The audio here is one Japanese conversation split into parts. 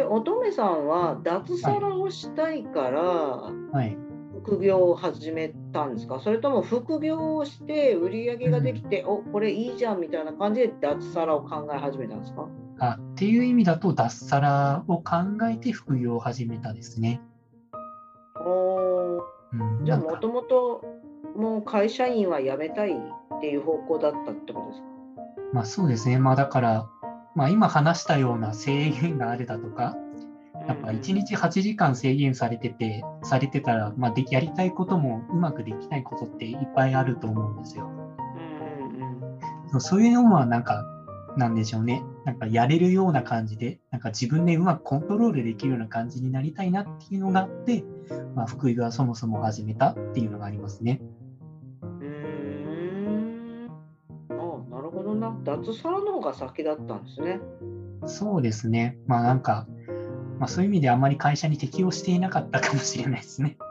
乙女さんは脱サラをしたいからはい。 副業を始めたんですか？それとも副業をして売り上げができて、これいいじゃんみたいな感じで脱サラを考え始めたんですか？ っていう意味だと、脱サラを考えて副業を始めたですね。 おー、じゃあなんか、 もともともう会社員は辞めたいっていう方向だったってことですか？ そうですね。だから、今話したような制限があるだとか、 うんやっぱ1日8時間制限されてたら、やりたいこともうまくできないことっていっぱいあると思うんですよ。 うんうんうんそういうのはなんでしょうね。やれるような感じで、自分でうまくコントロールできるような感じになりたいなっていうのがあって、副業はそもそも始めたっていうのがありますね。 うーん。なるほどな。脱サラの方が先だったんですね。 そうですね。そういう意味であまり会社に適応していなかったかもしれないですね。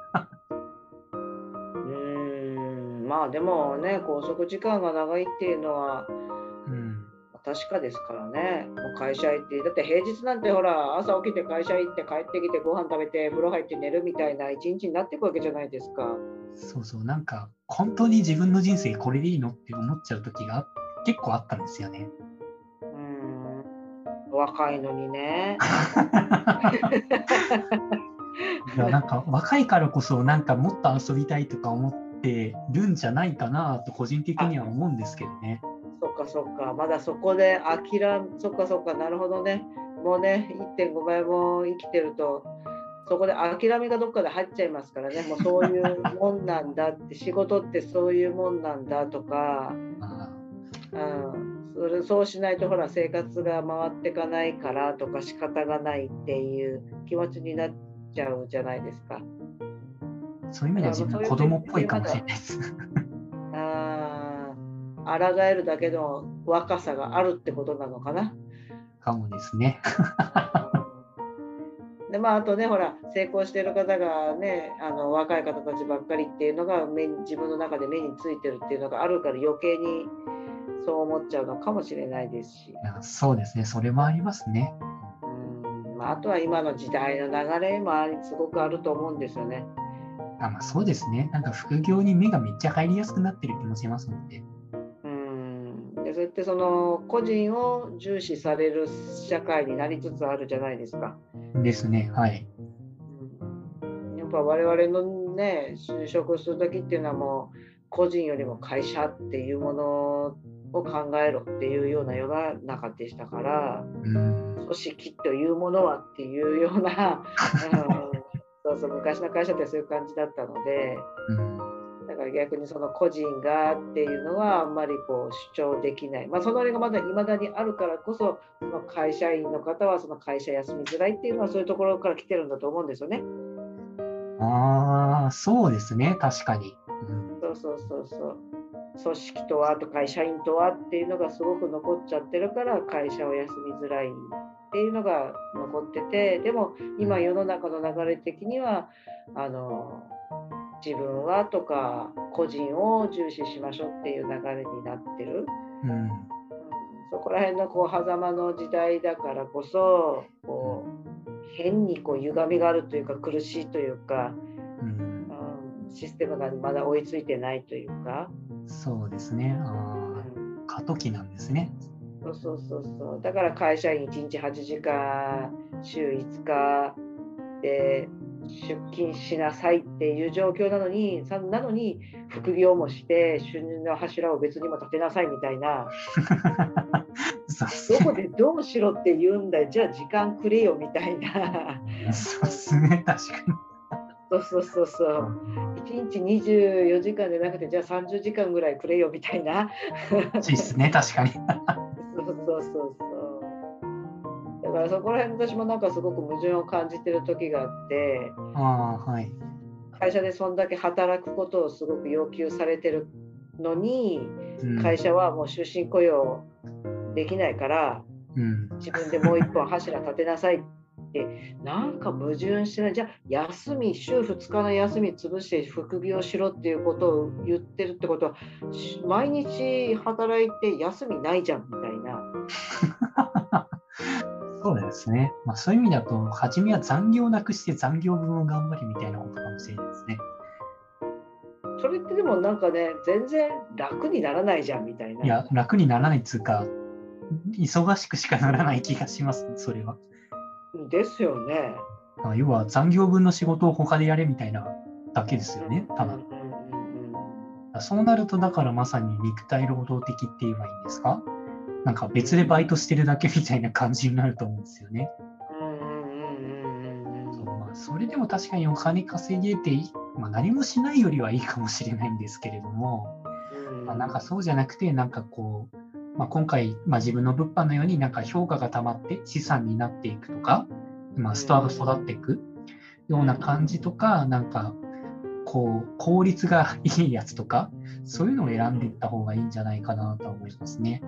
まあでもね、拘束時間が長いっていうのはうん。 確かですからね。もう会社行って、だって平日なんてほら、朝起きて会社行って帰ってきてご飯食べて風呂入って寝るみたいな一日になっていくわけじゃないですか。 そうそう。本当に自分の人生これでいいのって思っちゃう時が結構あったんですよね。 若いのにね。 いや、若いからこそもっと遊びたいとか思ってるんじゃないかなと個人的あ、 には思うんですけどね。 そっかそっか、まだそこでそっかそっか、なるほどね。もうね、1.5倍も生きてると、そこで諦めがどっかで入っちゃいますからね。もうそういうもんなんだって、仕事ってそういうもんなんだとか、 あそうしないとほら生活が回っていかないからとか仕方がないっていう気持ちになっちゃうじゃないですか。 そういう意味では自分だからそういう子供っぽい点でまだかもしれないです。 抗えるだけの若さがあるってことなのかな。 かもですね。 であとね、ほら成功している方がね、若い方たちばっかりっていうのが自分の中で目についてるっていうのがあるから余計にそう思っちゃうのかもしれないですし、 そうですね。それもありますね。 あとは今の時代の流れもすごくあると思うんですよね。 そうですね。副業に目がめっちゃ入りやすくなってる気もしますので。 でそうやってその個人を重視される社会になりつつあるじゃないですか。 ですね。はい。 やっぱ我々のね、就職する時っていうのはもう個人よりも会社っていうものを考えろっていうような世の中でしたから、 うん。 組織というものはっていうような、そうそう、昔の会社ってそういう感じだったので、 うん。 だから逆にその個人がっていうのはあんまりこう主張できない、その辺がまだ未だにあるからこそ、その会社員の方はその会社休みづらいっていうのはそういうところから来てるんだと思うんですよね。 そうですね。確かに。うん。 そうそうそうそう。組織とはと会社員とはっていうのがすごく残っちゃってるから会社を休みづらいっていうのが残ってて、でも今世の中の流れ的にはあの自分はとか個人を重視しましょうっていう流れになってる。 うん。 そこら辺のこう狭間の時代だからこそこう変にこう歪みがあるというか苦しいというか、 うん。 システムがまだ追いついてないというか。 そうですね。 うん過渡期なんですね。 そうそうそうそう。だから会社員1日8時間、週5日で出勤しなさいっていう状況なのに副業もして収入の柱を別にも立てなさいみたいな、 そうですどこね。 でどうしろって言うんだよ、じゃあ時間くれよみたいな。 そうですね。確かに。 そうそうそうそう。1日24時間でなくて、じゃあ30時間ぐらいくれよみたいな。 欲しいですね。確かに。 そうそうそうそう。だからそこら辺私もなんかすごく矛盾を感じてる時があって、 はい。 会社でそんだけ働くことをすごく要求されてるのに、 うん。 会社はもう終身雇用できないからうん。 自分でもう一本柱立てなさいってなんか矛盾してない。じゃあ週2日の休み潰して副業しろっていうことを言ってるってことは毎日働いて休みないじゃんみたいな。 そうですね。まあ、そういう意味だと、初めは残業なくして残業分を頑張るみたいなことかもしれないですね。 それってでもなんかね、全然楽にならないじゃんみたいな。 いや、楽にならないっつうか、忙しくしかならない気がしますね、それは。 ですよね。 要は残業分の仕事を他でやれみたいなだけですうんよね、ただ。 うんうんうんそうなると、だからまさに肉体労働的って言えばいいんですか？なんか別でバイトしてるだけみたいな感じになると思うんですよね。 うんうんうんうんうんそう、まあ、それでも確かにお金稼げてまあ、何もしないよりはいいかもしれないんですけれども、まあ、なんかそうじゃなくて、なんかこう、まあ、今回、まあ、自分の物販のようになんか評価がたまって資産になっていくとか、まあ、ストアが育っていくような感じとか、なんかこう効率がいいやつとか、そういうのを選んでいった方がいいんじゃないかなと思いますね。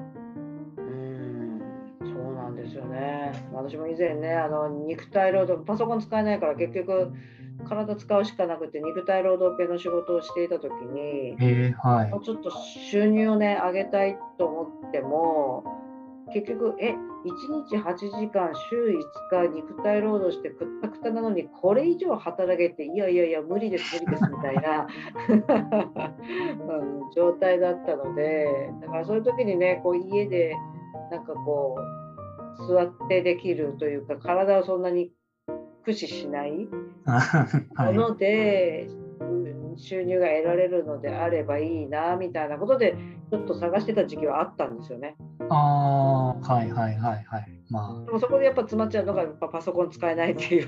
そうなんですよね。私も以前ね、肉体労働、パソコン使えないから結局体使うしかなくて肉体労働系の仕事をしていた時に、 はい。 もうちょっと収入をね、上げたいと思っても、結局、1日8時間、週5日、肉体労働してくったくたなのに、これ以上働けって、いやいやいや、無理です、無理ですみたいな状態だったので、だからそういう時にね、こう家で、なんかこう、座ってできるというか、体をそんなに駆使しないはい。 もので、収入が得られるのであればいいなみたいなことでちょっと探してた時期はあったんですよね。 ああ、はいはいはいはい。までもそこでやっぱ詰まっちゃうのがやっぱパソコン使えないっていう。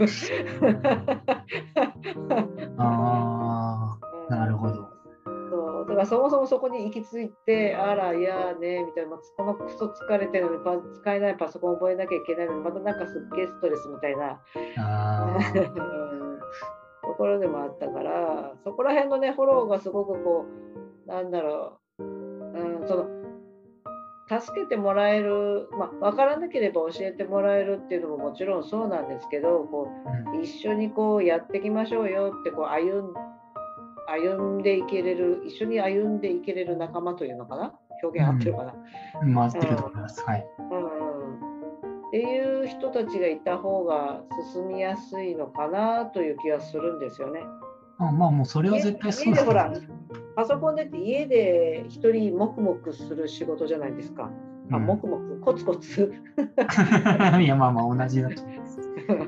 あ、なるほど。 そうだからそもそもそこに行き着いて、あらいやねみたいな、このクソ疲れてるのに使えないパソコン覚えなきゃいけないのに、またなんかすっげえストレスみたいなあところでもあったから、そこら辺のね、フォローがすごくこう、なんだろう、その助けてもらえる、分からなければ教えてもらえるっていうのももちろんそうなんですけど、 うん一緒にやっていきましょうよって歩んでいけれる、一緒に歩んでいけれる仲間というのかな、表現合ってるかな、 うん、回ってると思います。はい。 っていう人たちがいた方が進みやすいのかなという気はするんですよね。 まあもうそれは絶対そう家でほら、 だと思います。 パソコンでって家で一人黙々する仕事じゃないですか。 うん。 黙々、コツコツ。 いやまあまあ同じだと思います。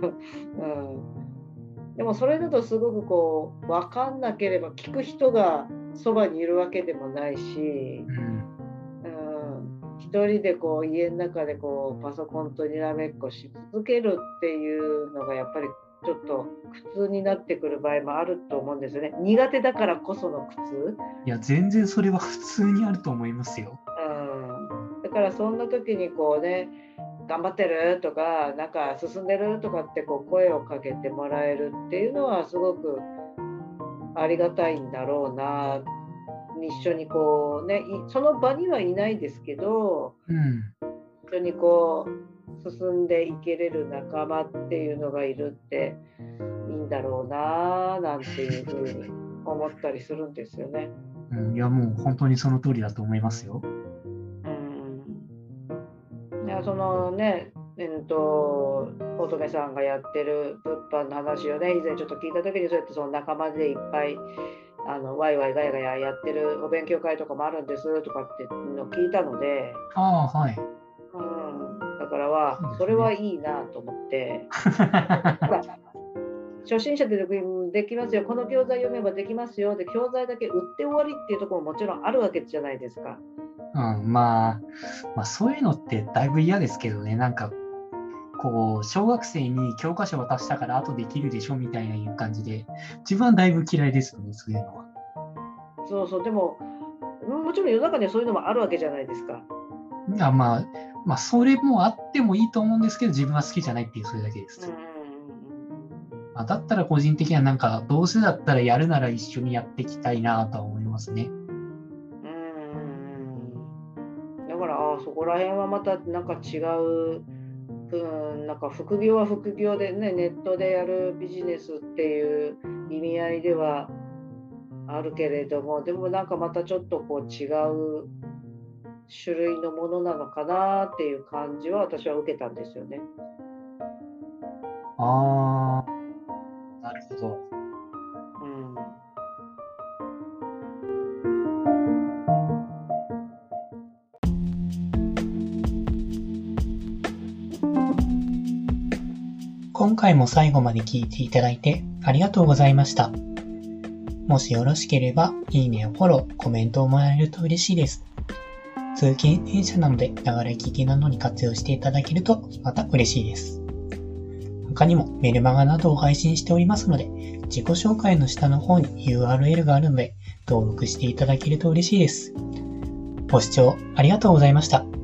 でもそれだとすごく分かんなければ聞く人がそばにいるわけでもないし、 うん。 一人で家の中でパソコンとにらめっこし続けるっていうのがやっぱりちょっと苦痛になってくる場合もあると思うんですよね。苦手だからこその苦痛。 いや全然それは普通にあると思いますよ。 だからそんな時に頑張ってるとか、なんか進んでるとかって声をかけてもらえるっていうのはすごくありがたいんだろうな。一緒にその場にはいないですけど、 うん。 一緒に進んでいけれる仲間っていうのがいるっていいんだろうななんていうふうに思ったりするんですよね。 うん、いやもう本当にその通りだと思いますよ。 いやそのね、乙女さんがやってる物販の話をね、以前ちょっと聞いた時に、そうやってその仲間でいっぱいワイワイガヤガヤやってるお勉強会とかもあるんですとかっていうのを聞いたので、 ああ、はい。 だからはそれそうですね。 はいいなと思って。ただ初心者でできますよ、この教材読めばできますよで教材だけ売って終わりっていうところももちろんあるわけじゃないですか。 まあそういうのってだいぶ嫌ですけどね、なんかこう小学生に教科書渡したから後できるでしょみたいないう感じで、自分はだいぶ嫌いですよね、そういうのは。 そうそう、でももちろん世の中にはそういうのもあるわけじゃないですか。 いやまあそれもあってもいいと思うんですけど、自分は好きじゃないっていうそれだけでうんうす。 んまあ、だったら個人的にはなんかどうせだったらやるなら一緒にやっていきたいなとは思いますね。 うんうん。だからそこら辺はまたなんか違う、なんか副業は副業でね、ネットでやるビジネスっていう意味合いではあるけれども、でもなんかまたちょっと違う種類のものなのかなっていう感じは私は受けたんですよね。 ああ、なるほど。 うん。 今回も最後まで聞いていただいてありがとうございました。もしよろしければ、いいねやフォロー、コメントをもらえると嬉しいです。通勤電車なので、ながら聞きなどに活用していただけるとまた嬉しいです。他にもメルマガなどを配信しておりますので、自己紹介の下の方に URL があるので、登録していただけると嬉しいです。ご視聴ありがとうございました。